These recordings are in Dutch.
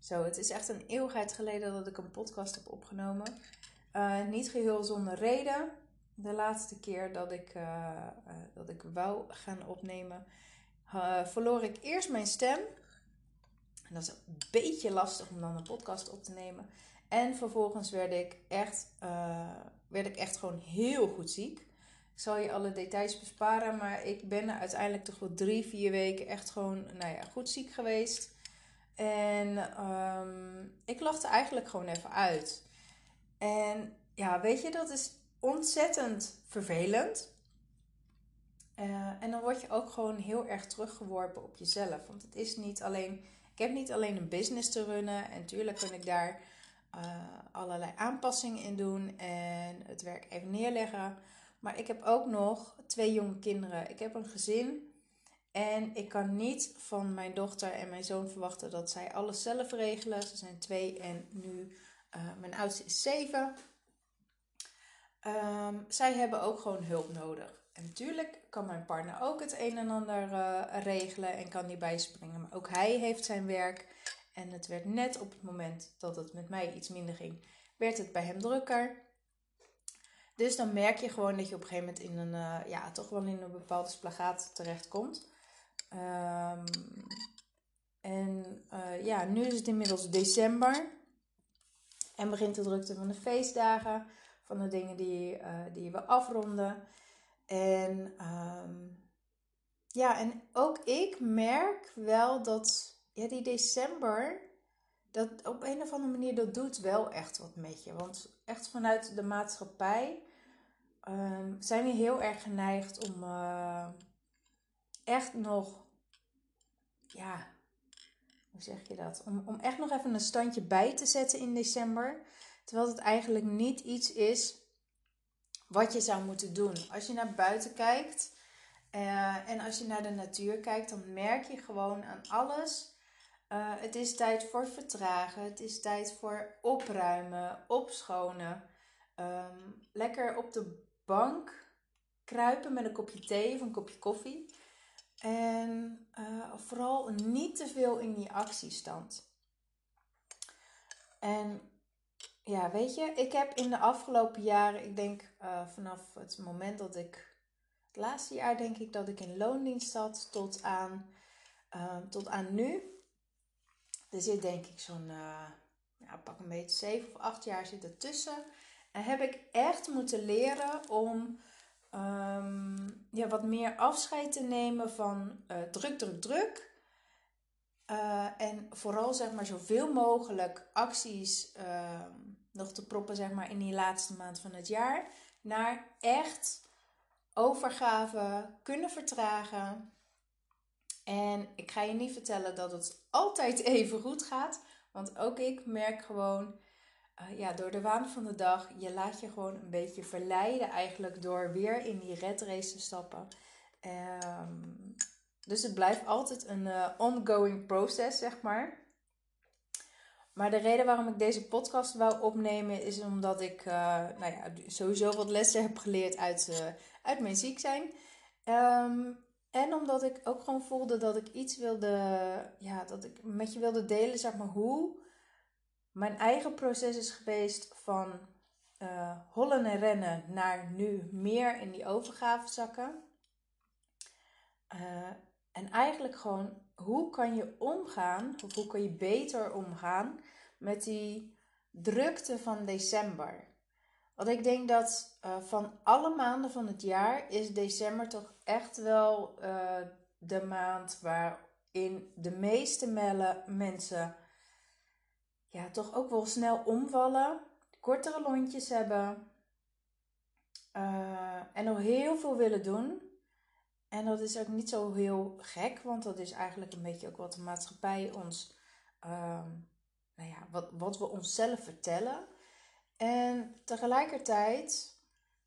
Zo, het is echt een eeuwigheid geleden dat ik een podcast heb opgenomen. Niet geheel zonder reden. De laatste keer dat ik wou gaan opnemen, verloor ik eerst mijn stem. En dat is een beetje lastig om dan een podcast op te nemen. En vervolgens werd ik echt gewoon heel goed ziek. Ik zal je alle details besparen, maar ik ben er uiteindelijk toch wel 3-4 weken echt gewoon goed ziek geweest. En ik lag er eigenlijk gewoon even uit. En ja, weet je, dat is ontzettend vervelend. En dan word je ook gewoon heel erg teruggeworpen op jezelf. Want het is niet alleen, ik heb niet alleen een business te runnen. En natuurlijk kan ik daar allerlei aanpassingen in doen. En het werk even neerleggen. Maar ik heb ook nog 2 jonge kinderen. Ik heb een gezin. En ik kan niet van mijn dochter en mijn zoon verwachten dat zij alles zelf regelen. Ze zijn 2 en nu mijn oudste is 7. Zij hebben ook gewoon hulp nodig. En natuurlijk kan mijn partner ook het een en ander regelen en kan die bijspringen. Maar ook hij heeft zijn werk. En het werd net op het moment dat het met mij iets minder ging, werd het bij hem drukker. Dus dan merk je gewoon dat je op een gegeven moment in een, toch wel in een bepaalde splagaat terechtkomt. Nu is het inmiddels december. En begint de drukte van de feestdagen. Van de dingen die we afronden. En ook ik merk wel dat die december, dat op een of andere manier, dat doet wel echt wat met je. Want echt vanuit de maatschappij zijn we heel erg geneigd om echt nog, hoe zeg je dat? Om echt nog even een standje bij te zetten in december. Terwijl het eigenlijk niet iets is wat je zou moeten doen. Als je naar buiten kijkt en als je naar de natuur kijkt, dan merk je gewoon aan alles. Het is tijd voor vertragen. Het is tijd voor opruimen, opschonen. Lekker op de bank kruipen met een kopje thee of een kopje koffie. En vooral niet te veel in die actiestand. En ja, weet je, ik heb in de afgelopen jaren, ik denk vanaf het moment dat het laatste jaar denk ik dat ik in loondienst zat tot aan nu. Er zit denk ik zo'n, pak een beetje 7 of 8 jaar zit ertussen. En heb ik echt moeten leren om wat meer afscheid te nemen van druk. En vooral zeg maar zoveel mogelijk acties nog te proppen zeg maar in die laatste maand van het jaar. Naar echt overgave, kunnen vertragen. En ik ga je niet vertellen dat het altijd even goed gaat. Want ook ik merk gewoon, door de waan van de dag, je laat je gewoon een beetje verleiden eigenlijk door weer in die red race te stappen. Dus het blijft altijd een ongoing process, zeg maar. Maar de reden waarom ik deze podcast wou opnemen is omdat ik sowieso wat lessen heb geleerd uit mijn ziek zijn. En omdat ik ook gewoon voelde dat ik iets dat ik met je wilde delen, zeg maar, hoe mijn eigen proces is geweest van hollen en rennen naar nu meer in die overgave zakken. En eigenlijk gewoon, hoe kan je omgaan, of hoe kan je beter omgaan met die drukte van december? Want ik denk dat van alle maanden van het jaar is december toch echt wel de maand waarin de meeste mensen toch ook wel snel omvallen, kortere lontjes hebben en nog heel veel willen doen. En dat is ook niet zo heel gek, want dat is eigenlijk een beetje ook wat de maatschappij ons, wat we onszelf vertellen. En tegelijkertijd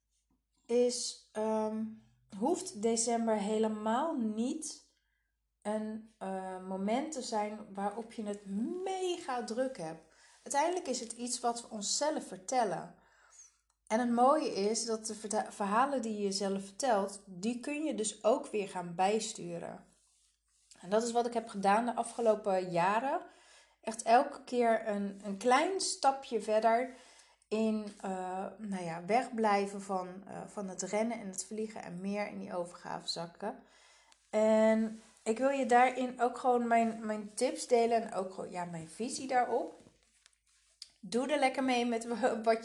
hoeft december helemaal niet een moment te zijn waarop je het mega druk hebt. Uiteindelijk is het iets wat we onszelf vertellen. En het mooie is dat de verhalen die je jezelf vertelt, die kun je dus ook weer gaan bijsturen. En dat is wat ik heb gedaan de afgelopen jaren. echt elke keer een klein stapje verder in wegblijven van het rennen en het vliegen en meer in die overgave zakken. En ik wil je daarin ook gewoon mijn tips delen en ook gewoon mijn visie daarop. Doe er lekker mee met wat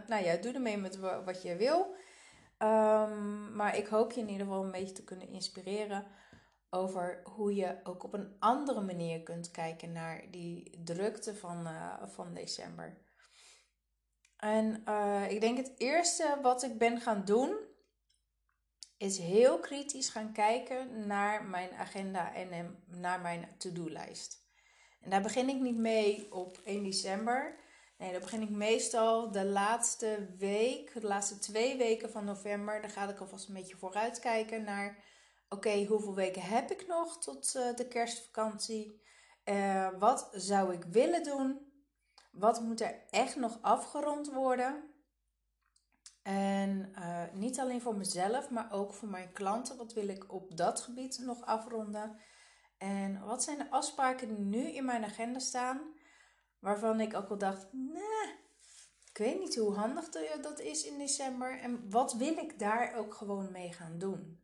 je wil. Maar ik hoop je in ieder geval een beetje te kunnen inspireren over hoe je ook op een andere manier kunt kijken naar die drukte van december. En ik denk het eerste wat ik ben gaan doen, is heel kritisch gaan kijken naar mijn agenda en naar mijn to-do-lijst. En daar begin ik niet mee op 1 december. Nee, daar begin ik meestal de laatste 2 weken van november. Dan ga ik alvast een beetje vooruitkijken naar, oké, hoeveel weken heb ik nog tot de kerstvakantie? Wat zou ik willen doen? Wat moet er echt nog afgerond worden? En niet alleen voor mezelf, maar ook voor mijn klanten. Wat wil ik op dat gebied nog afronden? En wat zijn de afspraken die nu in mijn agenda staan, waarvan ik ook al dacht, nee, ik weet niet hoe handig dat is in december. En wat wil ik daar ook gewoon mee gaan doen?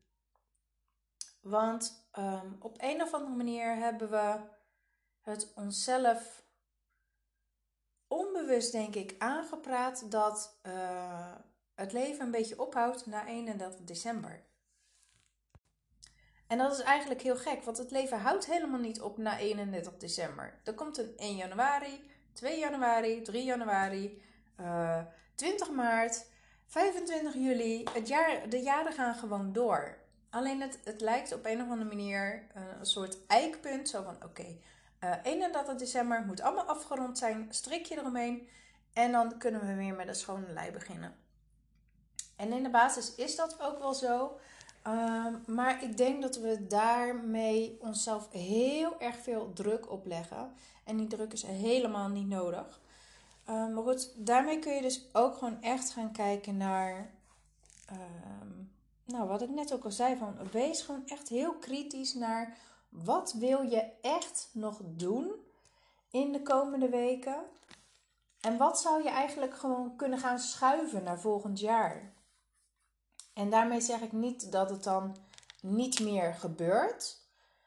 Want op een of andere manier hebben we het onszelf onbewust, denk ik, aangepraat dat het leven een beetje ophoudt na 31 december. En dat is eigenlijk heel gek, want het leven houdt helemaal niet op na 31 december. Er komt een 1 januari, 2 januari, 3 januari, 20 maart, 25 juli. De jaren gaan gewoon door. Alleen het lijkt op een of andere manier een soort eikpunt. Zo van oké, 31 december moet allemaal afgerond zijn, strikje eromheen. En dan kunnen we weer met een schone lei beginnen. En in de basis is dat ook wel zo. Maar ik denk dat we daarmee onszelf heel erg veel druk opleggen. En die druk is helemaal niet nodig. Maar goed, daarmee kun je dus ook gewoon echt gaan kijken naar... wat ik net ook al zei, van wees gewoon echt heel kritisch naar... Wat wil je echt nog doen in de komende weken? En wat zou je eigenlijk gewoon kunnen gaan schuiven naar volgend jaar? En daarmee zeg ik niet dat het dan niet meer gebeurt.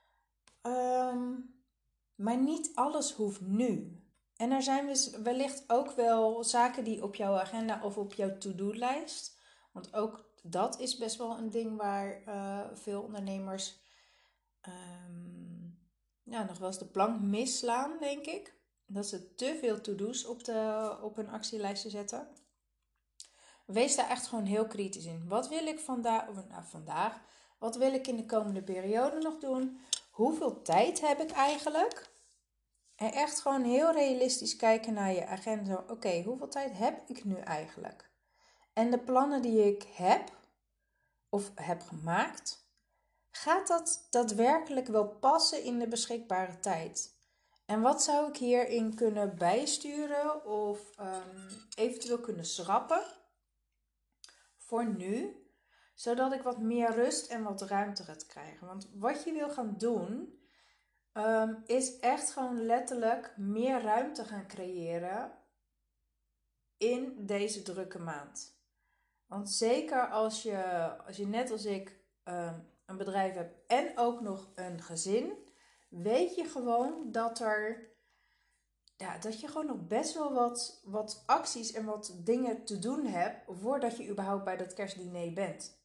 Maar niet alles hoeft nu. En er zijn dus wellicht ook wel zaken die op jouw agenda of op jouw to-do-lijst. Want ook dat is best wel een ding waar veel ondernemers nog wel eens de plank misslaan, denk ik. Dat ze te veel to-do's op hun actielijstje zetten. Wees daar echt gewoon heel kritisch in. Wat wil ik vandaag? Wat wil ik in de komende periode nog doen? Hoeveel tijd heb ik eigenlijk? En echt gewoon heel realistisch kijken naar je agenda. Oké, hoeveel tijd heb ik nu eigenlijk? En de plannen die ik heb of heb gemaakt, gaat dat daadwerkelijk wel passen in de beschikbare tijd? En wat zou ik hierin kunnen bijsturen of eventueel kunnen schrappen voor nu, zodat ik wat meer rust en wat ruimte ga krijgen? Want wat je wil gaan doen, is echt gewoon letterlijk meer ruimte gaan creëren in deze drukke maand. Want zeker als je net als ik een bedrijf hebt en ook nog een gezin, weet je gewoon dat je gewoon nog best wel wat acties en wat dingen te doen hebt voordat je überhaupt bij dat kerstdiner bent.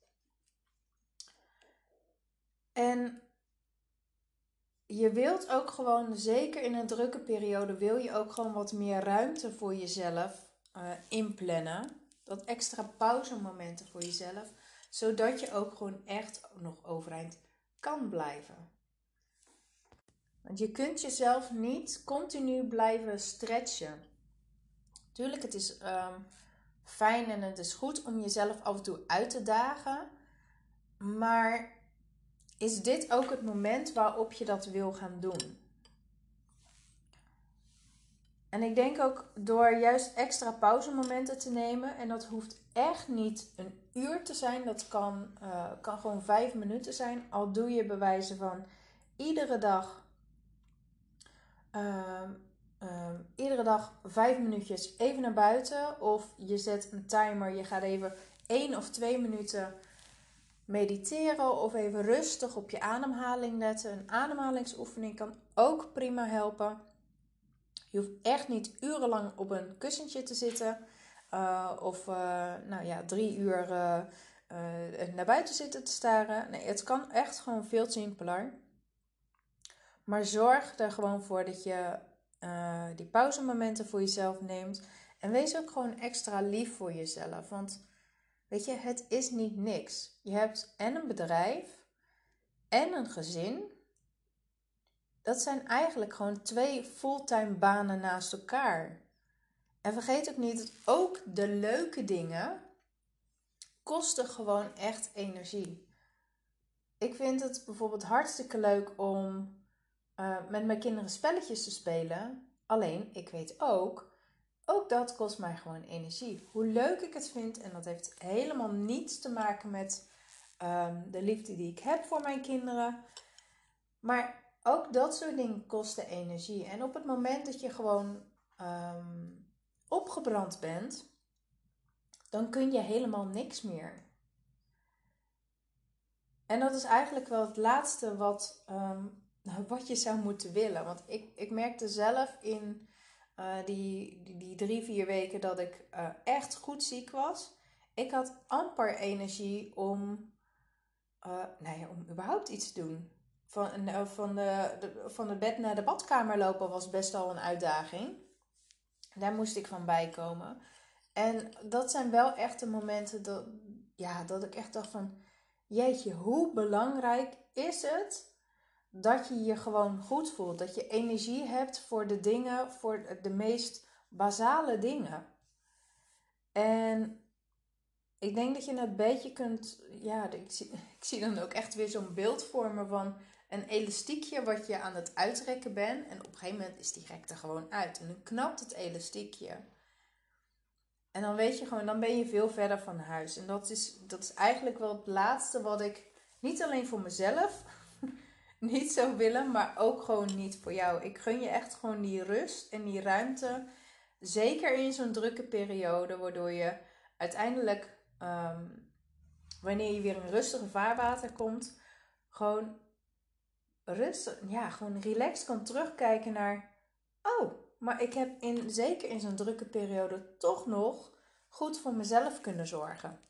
En je wilt ook gewoon, zeker in een drukke periode, wil je ook gewoon wat meer ruimte voor jezelf inplannen. Dat extra pauzemomenten voor jezelf. Zodat je ook gewoon echt nog overeind kan blijven. Want je kunt jezelf niet continu blijven stretchen. Tuurlijk, het is fijn en het is goed om jezelf af en toe uit te dagen. Maar is dit ook het moment waarop je dat wil gaan doen? En ik denk ook door juist extra pauzemomenten te nemen. En dat hoeft echt niet een uur te zijn. Dat kan gewoon 5 minuten zijn. Al doe je bewijzen van iedere dag iedere dag 5 minuutjes even naar buiten. Of je zet een timer, je gaat even 1 of 2 minuten mediteren. Of even rustig op je ademhaling letten. Een ademhalingsoefening kan ook prima helpen. Je hoeft echt niet urenlang op een kussentje te zitten. Of 3 uur naar buiten zitten te staren. Nee, het kan echt gewoon veel simpeler. Maar zorg er gewoon voor dat je die pauzemomenten voor jezelf neemt. En wees ook gewoon extra lief voor jezelf. Want weet je, het is niet niks. Je hebt en een bedrijf en een gezin. Dat zijn eigenlijk gewoon 2 fulltime banen naast elkaar. En vergeet ook niet dat ook de leuke dingen kosten gewoon echt energie. Ik vind het bijvoorbeeld hartstikke leuk om met mijn kinderen spelletjes te spelen. Alleen, ik weet ook dat kost mij gewoon energie. Hoe leuk ik het vind, en dat heeft helemaal niets te maken met de liefde die ik heb voor mijn kinderen. Maar ook dat soort dingen kosten energie. En op het moment dat je gewoon opgebrand bent, dan kun je helemaal niks meer. En dat is eigenlijk wel het laatste wat je zou moeten willen. Want ik merkte zelf in die 3-4 weken dat ik echt goed ziek was. Ik had amper energie om überhaupt iets te doen. Van het bed naar de badkamer lopen was best al een uitdaging. Daar moest ik van bijkomen. En dat zijn wel echt de momenten dat ik echt dacht van... Jeetje, hoe belangrijk is het dat je je gewoon goed voelt. Dat je energie hebt voor de dingen, voor de meest basale dingen. En ik denk dat je een beetje kunt... Ja, ik zie dan ook echt weer zo'n beeld vormen van een elastiekje wat je aan het uitrekken bent. En op een gegeven moment is die rek er gewoon uit. En dan knapt het elastiekje. En dan weet je gewoon, dan ben je veel verder van huis. En dat is eigenlijk wel het laatste wat ik niet alleen voor mezelf niet zou willen, maar ook gewoon niet voor jou. Ik gun je echt gewoon die rust en die ruimte. Zeker in zo'n drukke periode, waardoor je uiteindelijk, wanneer je weer in rustige vaarwater komt, gewoon gewoon relaxed kan terugkijken naar... Oh, maar ik heb zeker in zo'n drukke periode toch nog goed voor mezelf kunnen zorgen.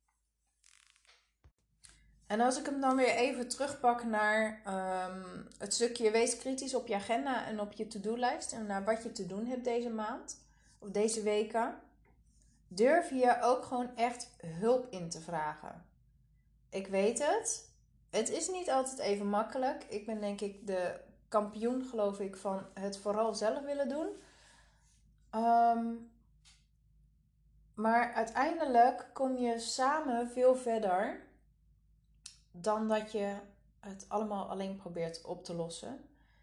En als ik hem dan weer even terugpak naar het stukje wees kritisch op je agenda en op je to-do-lijst en naar wat je te doen hebt deze maand of deze weken, durf je ook gewoon echt hulp in te vragen. Ik weet het. Het is niet altijd even makkelijk. Ik ben denk ik de kampioen, geloof ik, van het vooral zelf willen doen. Maar uiteindelijk kom je samen veel verder dan dat je het allemaal alleen probeert op te lossen.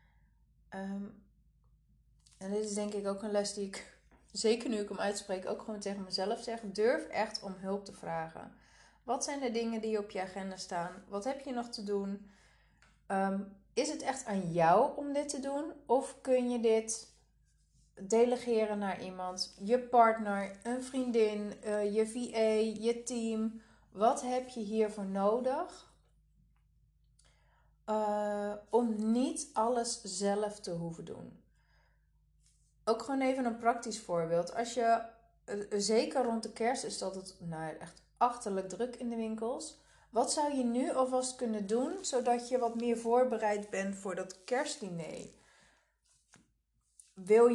En dit is denk ik ook een les die ik, zeker nu ik hem uitspreek, ook gewoon tegen mezelf zeg. Durf echt om hulp te vragen. Wat zijn de dingen die op je agenda staan? Wat heb je nog te doen? Is het echt aan jou om dit te doen? Of kun je dit delegeren naar iemand? Je partner, een vriendin, je VA, je team. Wat heb je hiervoor nodig? Om niet alles zelf te hoeven doen. Ook gewoon even een praktisch voorbeeld. Als je, zeker rond de kerst is dat het echt achterlijk druk in de winkels. Wat zou je nu alvast kunnen doen, zodat je wat meer voorbereid bent voor dat kerstdiner? Wil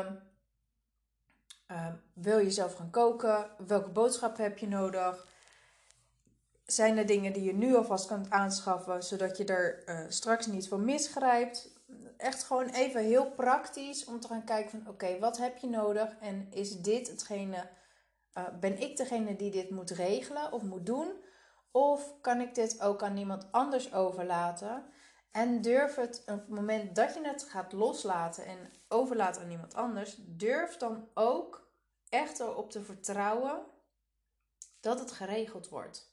je zelf gaan koken? Welke boodschappen heb je nodig? Zijn er dingen die je nu alvast kan aanschaffen, zodat je er straks niet van misgrijpt? Echt gewoon even heel praktisch om te gaan kijken van oké, wat heb je nodig? En is dit hetgene, ben ik degene die dit moet regelen of moet doen? Of kan ik dit ook aan iemand anders overlaten? En durf het, op het moment dat je het gaat loslaten en overlaten aan iemand anders, durf dan ook echt erop te vertrouwen dat het geregeld wordt.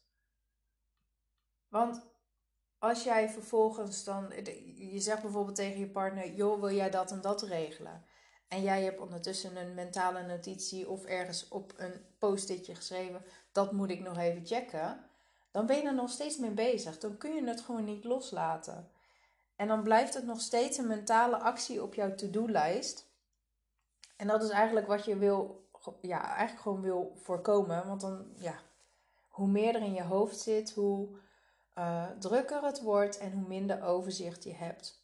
Want als jij vervolgens dan, je zegt bijvoorbeeld tegen je partner, joh, wil jij dat en dat regelen? en jij hebt ondertussen een mentale notitie of ergens op een post-itje geschreven, dat moet ik nog even checken, dan ben je er nog steeds mee bezig. Dan kun je het gewoon niet loslaten. En dan blijft het nog steeds een mentale actie op jouw to-do-lijst. En dat is eigenlijk wat je eigenlijk gewoon wil voorkomen. Want dan, hoe meer er in je hoofd zit, hoe drukker het wordt en hoe minder overzicht je hebt.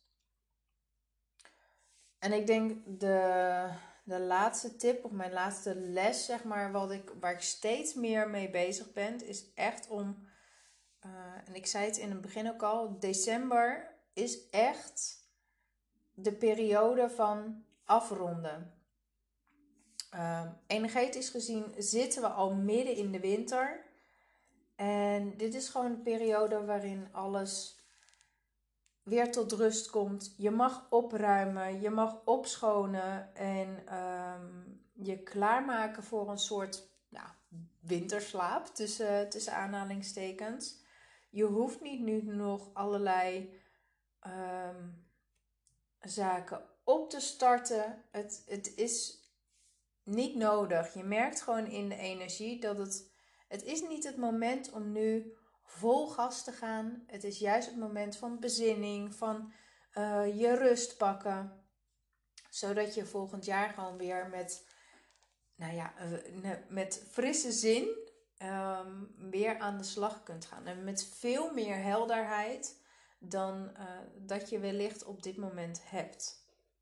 En ik denk de laatste tip of mijn laatste les, zeg maar, waar ik steeds meer mee bezig ben, is echt om, en ik zei het in het begin ook al, december is echt de periode van afronden. Energetisch gezien zitten we al midden in de winter. En dit is gewoon een periode waarin alles weer tot rust komt. Je mag opruimen, je mag opschonen en je klaarmaken voor een soort winterslaap tussen aanhalingstekens. Je hoeft niet nu nog allerlei zaken op te starten. Het is niet nodig. Je merkt gewoon in de energie dat het is niet het moment om nu vol gas te gaan. Het is juist het moment van bezinning, van je rust pakken. Zodat je volgend jaar gewoon weer met frisse zin weer aan de slag kunt gaan. En met veel meer helderheid dan dat je wellicht op dit moment hebt.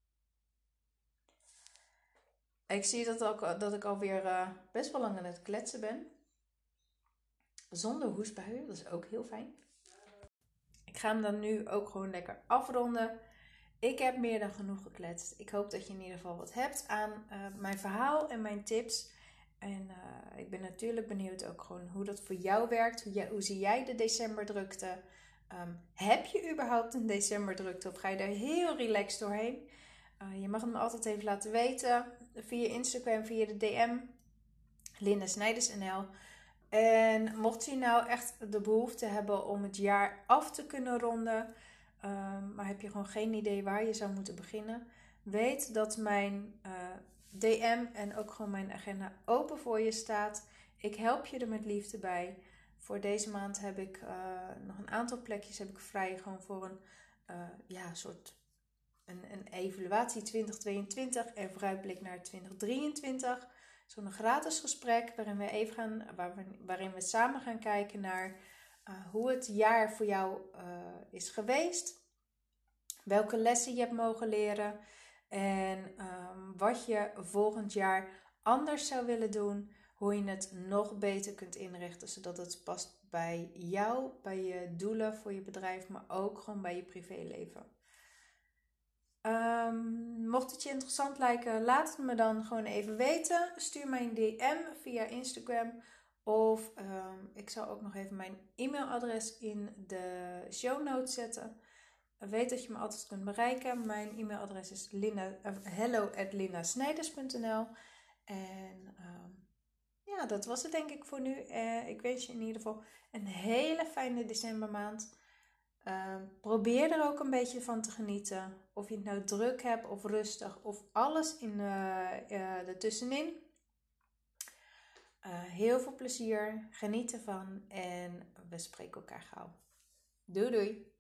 Ik zie dat ik alweer best wel lang aan het kletsen ben. Zonder hoestbuien, dat is ook heel fijn. Ik ga hem dan nu ook gewoon lekker afronden. Ik heb meer dan genoeg gekletst. Ik hoop dat je in ieder geval wat hebt aan mijn verhaal en mijn tips. En ik ben natuurlijk benieuwd ook gewoon hoe dat voor jou werkt. Hoe zie jij de decemberdrukte? Heb je überhaupt een decemberdrukte of ga je daar heel relaxed doorheen? Je mag het me altijd even laten weten. Via Instagram, via de DM. Linda Snijders NL. En mocht je nou echt de behoefte hebben om het jaar af te kunnen ronden, maar heb je gewoon geen idee waar je zou moeten beginnen, weet dat mijn DM en ook gewoon mijn agenda open voor je staat. Ik help je er met liefde bij. Voor deze maand heb ik nog een aantal plekjes vrij, gewoon voor een evaluatie 2022 en vooruitblik naar 2023. Zo'n gratis gesprek waarin we samen gaan kijken naar hoe het jaar voor jou is geweest. Welke lessen je hebt mogen leren. En wat je volgend jaar anders zou willen doen. Hoe je het nog beter kunt inrichten. Zodat het past bij jou, bij je doelen voor je bedrijf. Maar ook gewoon bij je privéleven. Mocht het je interessant lijken, laat het me dan gewoon even weten. Stuur mij een DM via Instagram. Of ik zal ook nog even mijn e-mailadres in de show notes zetten. Weet dat je me altijd kunt bereiken. Mijn e-mailadres is hello@lindasnijders.nl. En dat was het denk ik voor nu. Ik wens je in ieder geval een hele fijne decembermaand. Probeer er ook een beetje van te genieten. Of je het nou druk hebt of rustig of alles ertussenin. Heel veel plezier. Geniet ervan. En we spreken elkaar gauw. Doei doei.